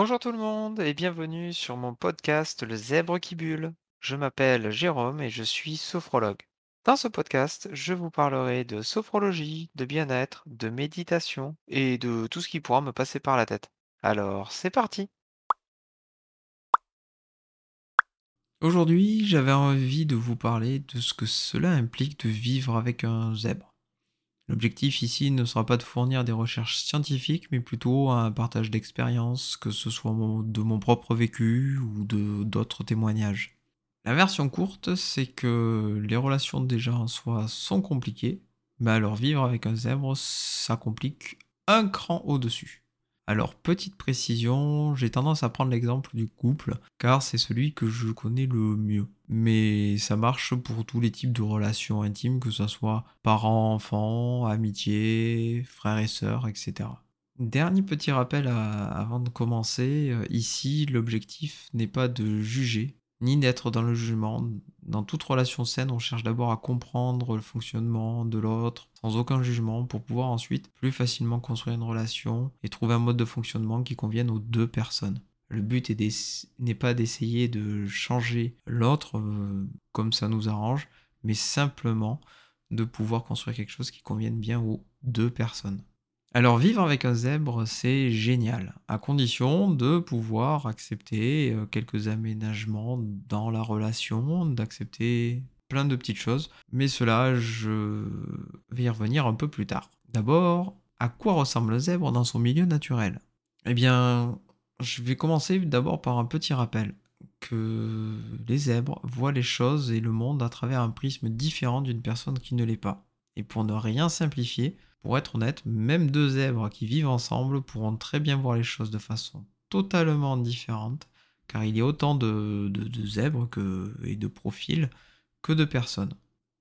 Bonjour tout le monde et bienvenue sur mon podcast Le Zèbre qui bulle. Je m'appelle Jérôme et je suis sophrologue. Dans ce podcast, je vous parlerai de sophrologie, de bien-être, de méditation et de tout ce qui pourra me passer par la tête. Alors, c'est parti. Aujourd'hui, j'avais envie de vous parler de ce que cela implique de vivre avec un zèbre. L'objectif ici ne sera pas de fournir des recherches scientifiques, mais plutôt un partage d'expériences, que ce soit de mon propre vécu ou de d'autres témoignages. La version courte, c'est que les relations déjà en soi sont compliquées, mais alors vivre avec un zèbre, ça complique un cran au-dessus. Alors petite précision, j'ai tendance à prendre l'exemple du couple, car c'est celui que je connais le mieux. Mais ça marche pour tous les types de relations intimes, que ce soit parents, enfants, amitié, frères et sœurs, etc. Dernier petit rappel avant de commencer, ici l'objectif n'est pas de juger, ni d'être dans le jugement. Dans toute relation saine, on cherche d'abord à comprendre le fonctionnement de l'autre, sans aucun jugement, pour pouvoir ensuite plus facilement construire une relation et trouver un mode de fonctionnement qui convienne aux deux personnes. Le but n'est pas d'essayer de changer l'autre comme ça nous arrange, mais simplement de pouvoir construire quelque chose qui convienne bien aux deux personnes. Alors vivre avec un zèbre, c'est génial, à condition de pouvoir accepter quelques aménagements dans la relation, d'accepter plein de petites choses, mais cela, je vais y revenir un peu plus tard. D'abord, à quoi ressemble le zèbre dans son milieu naturel? Eh bien, je vais commencer d'abord par un petit rappel que les zèbres voient les choses et le monde à travers un prisme différent d'une personne qui ne l'est pas. Et pour ne rien simplifier, pour être honnête, même deux zèbres qui vivent ensemble pourront très bien voir les choses de façon totalement différente, car il y a autant de zèbres et de profils que de personnes.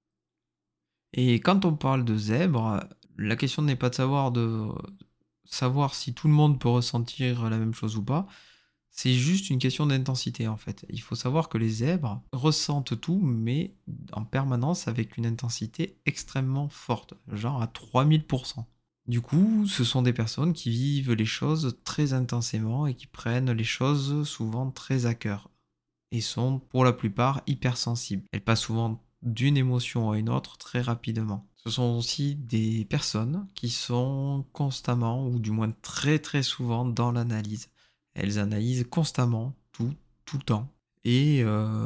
Et quand on parle de zèbres, la question n'est pas de savoir si tout le monde peut ressentir la même chose ou pas, c'est juste une question d'intensité en fait. Il faut savoir que les zèbres ressentent tout, mais en permanence avec une intensité extrêmement forte, genre à 3000%. Du coup, ce sont des personnes qui vivent les choses très intensément et qui prennent les choses souvent très à cœur et sont pour la plupart hypersensibles. Elles passent souvent d'une émotion à une autre très rapidement. Ce sont aussi des personnes qui sont constamment, ou du moins très très souvent, dans l'analyse. Elles analysent constamment tout, tout le temps. Et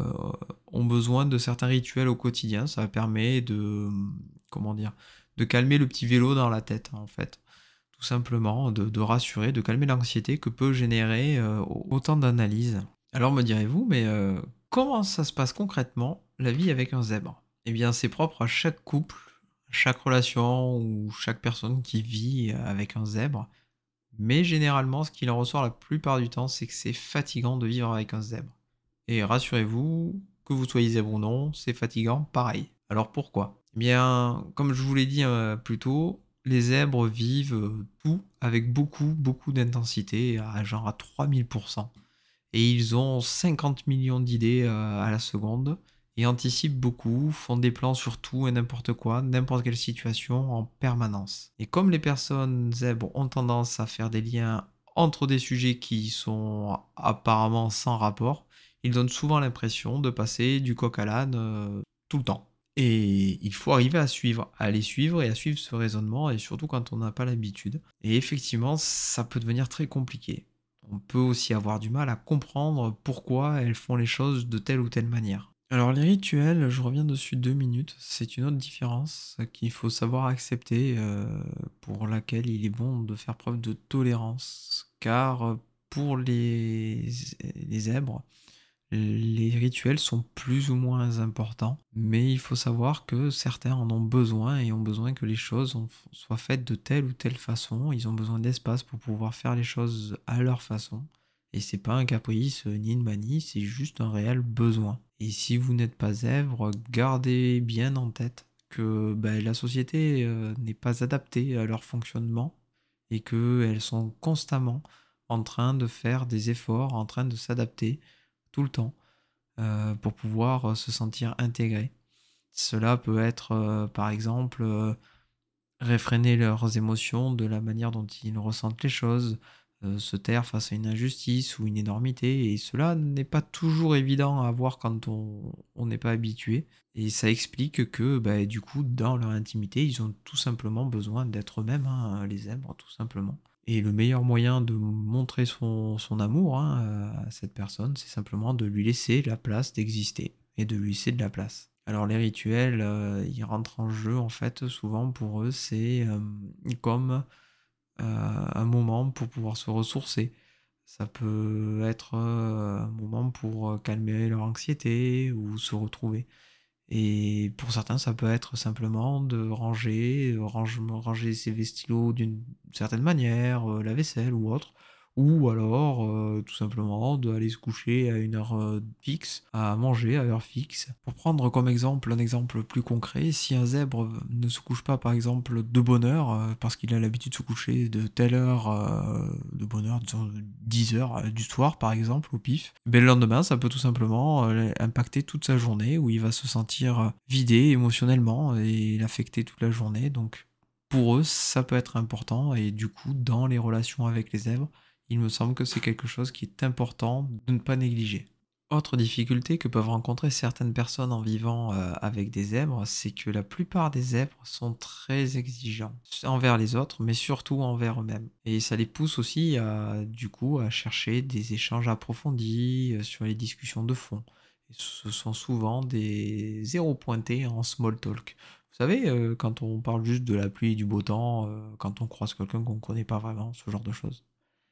ont besoin de certains rituels au quotidien. Ça permet comment dire, de calmer le petit vélo dans la tête, en fait. Tout simplement, de rassurer, de calmer l'anxiété que peut générer autant d'analyses. Alors me direz-vous, mais comment ça se passe concrètement, la vie avec un zèbre? Eh bien, c'est propre à chaque couple, chaque relation ou chaque personne qui vit avec un zèbre. Mais généralement, ce qu'il en ressort la plupart du temps, c'est que c'est fatigant de vivre avec un zèbre. Et rassurez-vous, que vous soyez zèbre ou non, c'est fatigant pareil. Alors pourquoi? Eh bien, comme je vous l'ai dit plus tôt, les zèbres vivent tout avec beaucoup, beaucoup d'intensité, genre à 3000%. Et ils ont 50 millions d'idées à la seconde et anticipent beaucoup, font des plans sur tout et n'importe quoi, n'importe quelle situation en permanence. Et comme les personnes zèbres ont tendance à faire des liens entre des sujets qui sont apparemment sans rapport, ils donnent souvent l'impression de passer du coq à l'âne tout le temps. Et il faut arriver à les suivre et à suivre ce raisonnement, et surtout quand on n'a pas l'habitude. Et effectivement, ça peut devenir très compliqué. On peut aussi avoir du mal à comprendre pourquoi elles font les choses de telle ou telle manière. Alors les rituels, je reviens dessus 2 minutes, c'est une autre différence qu'il faut savoir accepter, pour laquelle il est bon de faire preuve de tolérance. Car pour les zèbres, les rituels sont plus ou moins importants, mais il faut savoir que certains en ont besoin et ont besoin que les choses soient faites de telle ou telle façon. Ils ont besoin d'espace pour pouvoir faire les choses à leur façon. Et c'est pas un caprice ni une manie, c'est juste un réel besoin. Et si vous n'êtes pas zèbre, gardez bien en tête que la société n'est pas adaptée à leur fonctionnement et qu'elles sont constamment en train de faire des efforts, en train de s'adapter tout le temps pour pouvoir se sentir intégré. Cela peut être par exemple réfréner leurs émotions de la manière dont ils ressentent les choses, se taire face à une injustice ou une énormité et cela n'est pas toujours évident à voir quand on n'est pas habitué et ça explique que, bah, du coup, dans leur intimité, ils ont tout simplement besoin d'être eux-mêmes, hein, les zèbres, tout simplement. Et le meilleur moyen de montrer son amour, hein, à cette personne, c'est simplement de lui laisser la place d'exister et de lui laisser de la place. Alors les rituels, ils rentrent en jeu en fait souvent pour eux, c'est, comme, un moment pour pouvoir se ressourcer. Ça peut être, un moment pour, calmer leur anxiété ou se retrouver. Et pour certains, ça peut être simplement de ranger ses vestilos d'une certaine manière, la vaisselle ou autre. Ou alors, tout simplement d'aller se coucher à une heure, fixe, à manger à heure fixe. Pour prendre comme exemple, un exemple plus concret, si un zèbre ne se couche pas par exemple de bonne heure, parce qu'il a l'habitude de se coucher de telle heure, de bonne heure, disons 10 heures, du soir par exemple, au pif, beh, le lendemain ça peut tout simplement, impacter toute sa journée où il va se sentir, vidé émotionnellement et l'affecter toute la journée donc pour eux, ça peut être important et du coup, dans les relations avec les zèbres, il me semble que c'est quelque chose qui est important de ne pas négliger. Autre difficulté que peuvent rencontrer certaines personnes en vivant, avec des zèbres, c'est que la plupart des zèbres sont très exigeants envers les autres, mais surtout envers eux-mêmes. Et ça les pousse aussi à, du coup, à chercher des échanges approfondis, sur les discussions de fond. Et ce sont souvent des zéros pointés en small talk. Vous savez, quand on parle juste de la pluie et du beau temps, quand on croise quelqu'un qu'on ne connaît pas vraiment, ce genre de choses.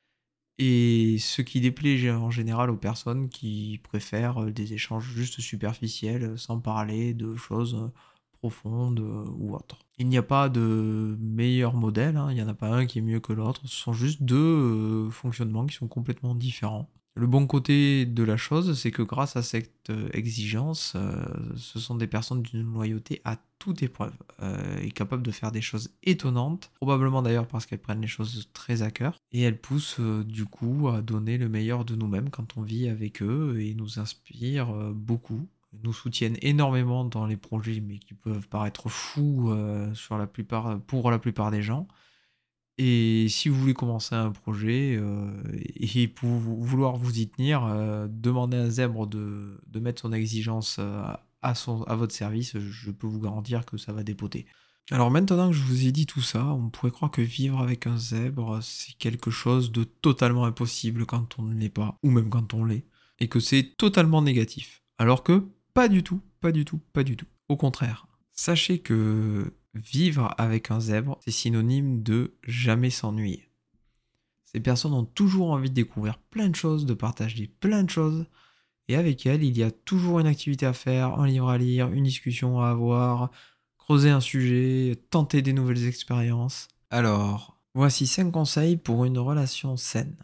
Et ce qui déplaît en général aux personnes qui préfèrent, des échanges juste superficiels, sans parler de choses, profondes, ou autres. Il n'y a pas de meilleur modèle, hein, il n'y en a pas un qui est mieux que l'autre, ce sont juste 2 fonctionnements qui sont complètement différents. Le bon côté de la chose, c'est que grâce à cette, exigence, ce sont des personnes d'une loyauté à toute épreuve, et capables de faire des choses étonnantes, probablement d'ailleurs parce qu'elles prennent les choses très à cœur et elles poussent, du coup à donner le meilleur de nous-mêmes quand on vit avec eux et nous inspirent, beaucoup, nous soutiennent énormément dans les projets, mais qui peuvent paraître fous, pour la plupart des gens et si vous voulez commencer un projet, et pour vouloir vous y tenir, demandez à un zèbre de mettre son exigence, à votre service, je peux vous garantir que ça va dépoter. Alors maintenant que je vous ai dit tout ça, on pourrait croire que vivre avec un zèbre, c'est quelque chose de totalement impossible quand on ne l'est pas, ou même quand on l'est, et que c'est totalement négatif. Alors que pas du tout, pas du tout, pas du tout. Au contraire, sachez que vivre avec un zèbre, c'est synonyme de jamais s'ennuyer. Ces personnes ont toujours envie de découvrir plein de choses, de partager plein de choses, et avec elles, il y a toujours une activité à faire, un livre à lire, une discussion à avoir, creuser un sujet, tenter des nouvelles expériences. Alors, voici 5 conseils pour une relation saine.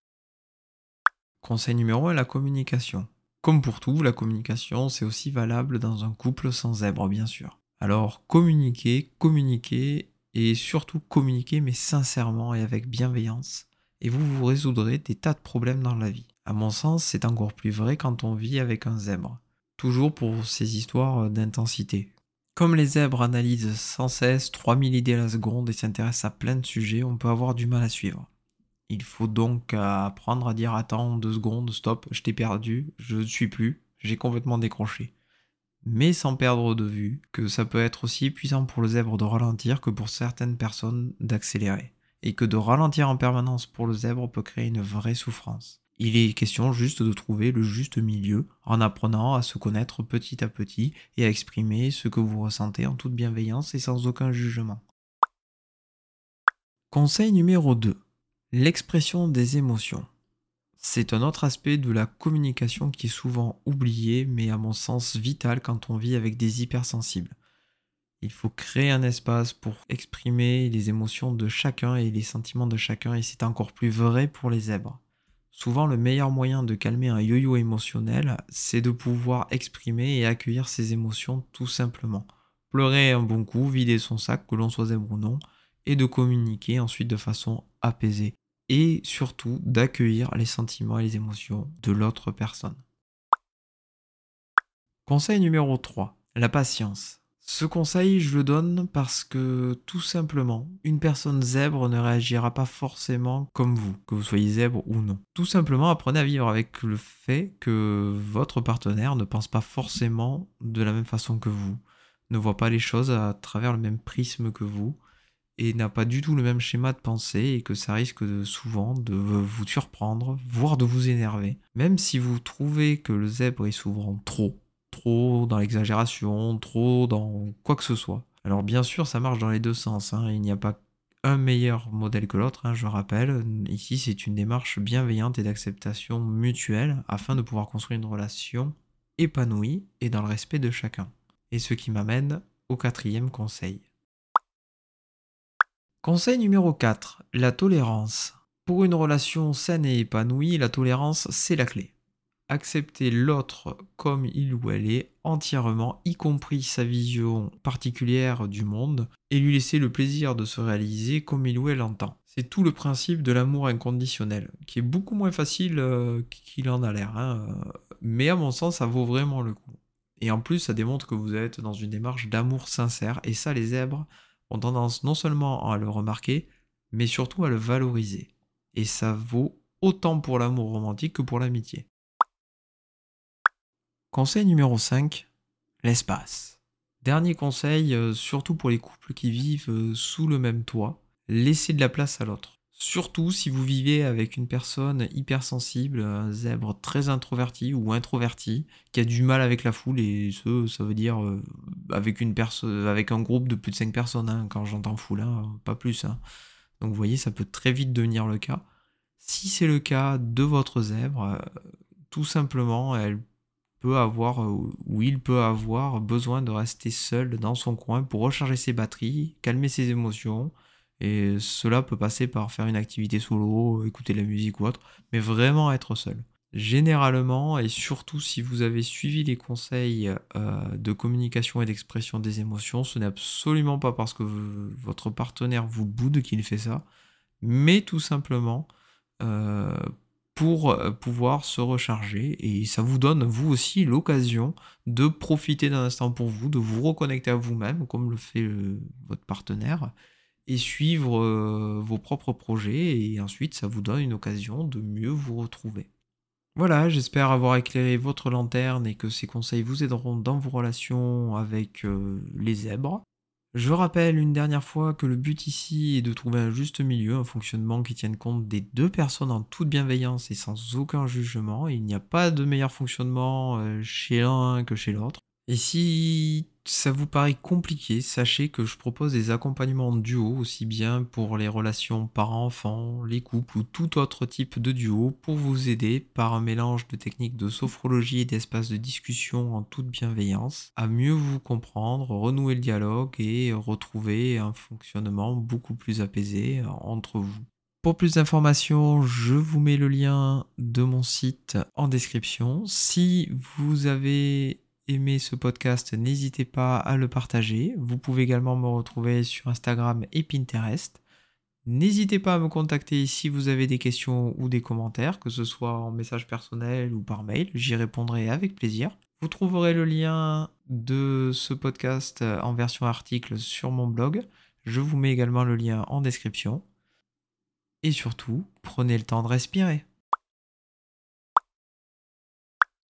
Conseil numéro 1, la communication. Comme pour tout, la communication, c'est aussi valable dans un couple sans zèbre, bien sûr. Alors, communiquez, communiquez, et surtout communiquez, mais sincèrement et avec bienveillance, et vous vous résoudrez des tas de problèmes dans la vie. À mon sens, c'est encore plus vrai quand on vit avec un zèbre. Toujours pour ces histoires d'intensité. Comme les zèbres analysent sans cesse 3000 idées à la seconde et s'intéressent à plein de sujets, on peut avoir du mal à suivre. Il faut donc apprendre à dire attends 2 secondes, stop, je t'ai perdu, je ne suis plus, j'ai complètement décroché. Mais sans perdre de vue que ça peut être aussi épuisant pour le zèbre de ralentir que pour certaines personnes d'accélérer. Et que de ralentir en permanence pour le zèbre peut créer une vraie souffrance. Il est question juste de trouver le juste milieu en apprenant à se connaître petit à petit et à exprimer ce que vous ressentez en toute bienveillance et sans aucun jugement. Conseil numéro 2. L'expression des émotions. C'est un autre aspect de la communication qui est souvent oublié, mais à mon sens vital quand on vit avec des hypersensibles. Il faut créer un espace pour exprimer les émotions de chacun et les sentiments de chacun, et c'est encore plus vrai pour les zèbres. Souvent, le meilleur moyen de calmer un yo-yo émotionnel, c'est de pouvoir exprimer et accueillir ses émotions tout simplement. Pleurer un bon coup, vider son sac, que l'on soit zèbre ou non, et de communiquer ensuite de façon apaisée. Et surtout d'accueillir les sentiments et les émotions de l'autre personne. Conseil numéro 3. La patience. Ce conseil, je le donne parce que tout simplement, une personne zèbre ne réagira pas forcément comme vous, que vous soyez zèbre ou non. Tout simplement, apprenez à vivre avec le fait que votre partenaire ne pense pas forcément de la même façon que vous, ne voit pas les choses à travers le même prisme que vous, et n'a pas du tout le même schéma de pensée, et que ça risque souvent de vous surprendre, voire de vous énerver. Même si vous trouvez que le zèbre est souvent trop dans l'exagération, trop dans quoi que ce soit. Alors bien sûr, ça marche dans les deux sens, hein. Il n'y a pas un meilleur modèle que l'autre, hein, je rappelle. Ici, c'est une démarche bienveillante et d'acceptation mutuelle afin de pouvoir construire une relation épanouie et dans le respect de chacun. Et ce qui m'amène au quatrième conseil. Conseil numéro 4, la tolérance. Pour une relation saine et épanouie, la tolérance, c'est la clé. Accepter l'autre comme il ou elle est entièrement, y compris sa vision particulière du monde, et lui laisser le plaisir de se réaliser comme il ou elle entend. C'est tout le principe de l'amour inconditionnel, qui est beaucoup moins facile qu'il en a l'air, hein, mais à mon sens, ça vaut vraiment le coup. Et en plus, ça démontre que vous êtes dans une démarche d'amour sincère, et ça, les zèbres ont tendance non seulement à le remarquer, mais surtout à le valoriser. Et ça vaut autant pour l'amour romantique que pour l'amitié. Conseil numéro 5, l'espace. Dernier conseil, surtout pour les couples qui vivent sous le même toit, laissez de la place à l'autre. Surtout si vous vivez avec une personne hypersensible, un zèbre très introverti ou introverti, qui a du mal avec la foule, et ça veut dire avec un groupe de plus de 5 personnes, hein, quand j'entends foule, hein, pas plus. Hein. Donc vous voyez, ça peut très vite devenir le cas. Si c'est le cas de votre zèbre, tout simplement, elle peut avoir ou il peut avoir besoin de rester seul dans son coin pour recharger ses batteries, calmer ses émotions. Et cela peut passer par faire une activité solo, écouter de la musique ou autre, mais vraiment être seul. Généralement, et surtout si vous avez suivi les conseils de communication et d'expression des émotions, ce n'est absolument pas parce que votre partenaire vous boude qu'il fait ça, mais tout simplement euh, pour pouvoir se recharger, et ça vous donne vous aussi l'occasion de profiter d'un instant pour vous, de vous reconnecter à vous-même comme le fait votre partenaire, et suivre vos propres projets, et ensuite ça vous donne une occasion de mieux vous retrouver. Voilà, j'espère avoir éclairé votre lanterne et que ces conseils vous aideront dans vos relations avec les zèbres. Je rappelle une dernière fois que le but ici est de trouver un juste milieu, un fonctionnement qui tienne compte des deux personnes en toute bienveillance et sans aucun jugement. Il n'y a pas de meilleur fonctionnement chez l'un que chez l'autre. Et si ça vous paraît compliqué, sachez que je propose des accompagnements en duo, aussi bien pour les relations parents-enfants, les couples ou tout autre type de duo, pour vous aider par un mélange de techniques de sophrologie et d'espaces de discussion en toute bienveillance, à mieux vous comprendre, renouer le dialogue et retrouver un fonctionnement beaucoup plus apaisé entre vous. Pour plus d'informations, je vous mets le lien de mon site en description. Si vous avez aimé ce podcast, n'hésitez pas à le partager. Vous pouvez également me retrouver sur Instagram et Pinterest. N'hésitez pas à me contacter si vous avez des questions ou des commentaires, que ce soit en message personnel ou par mail, j'y répondrai avec plaisir. Vous trouverez le lien de ce podcast en version article sur mon blog. Je vous mets également le lien en description. Et surtout, prenez le temps de respirer.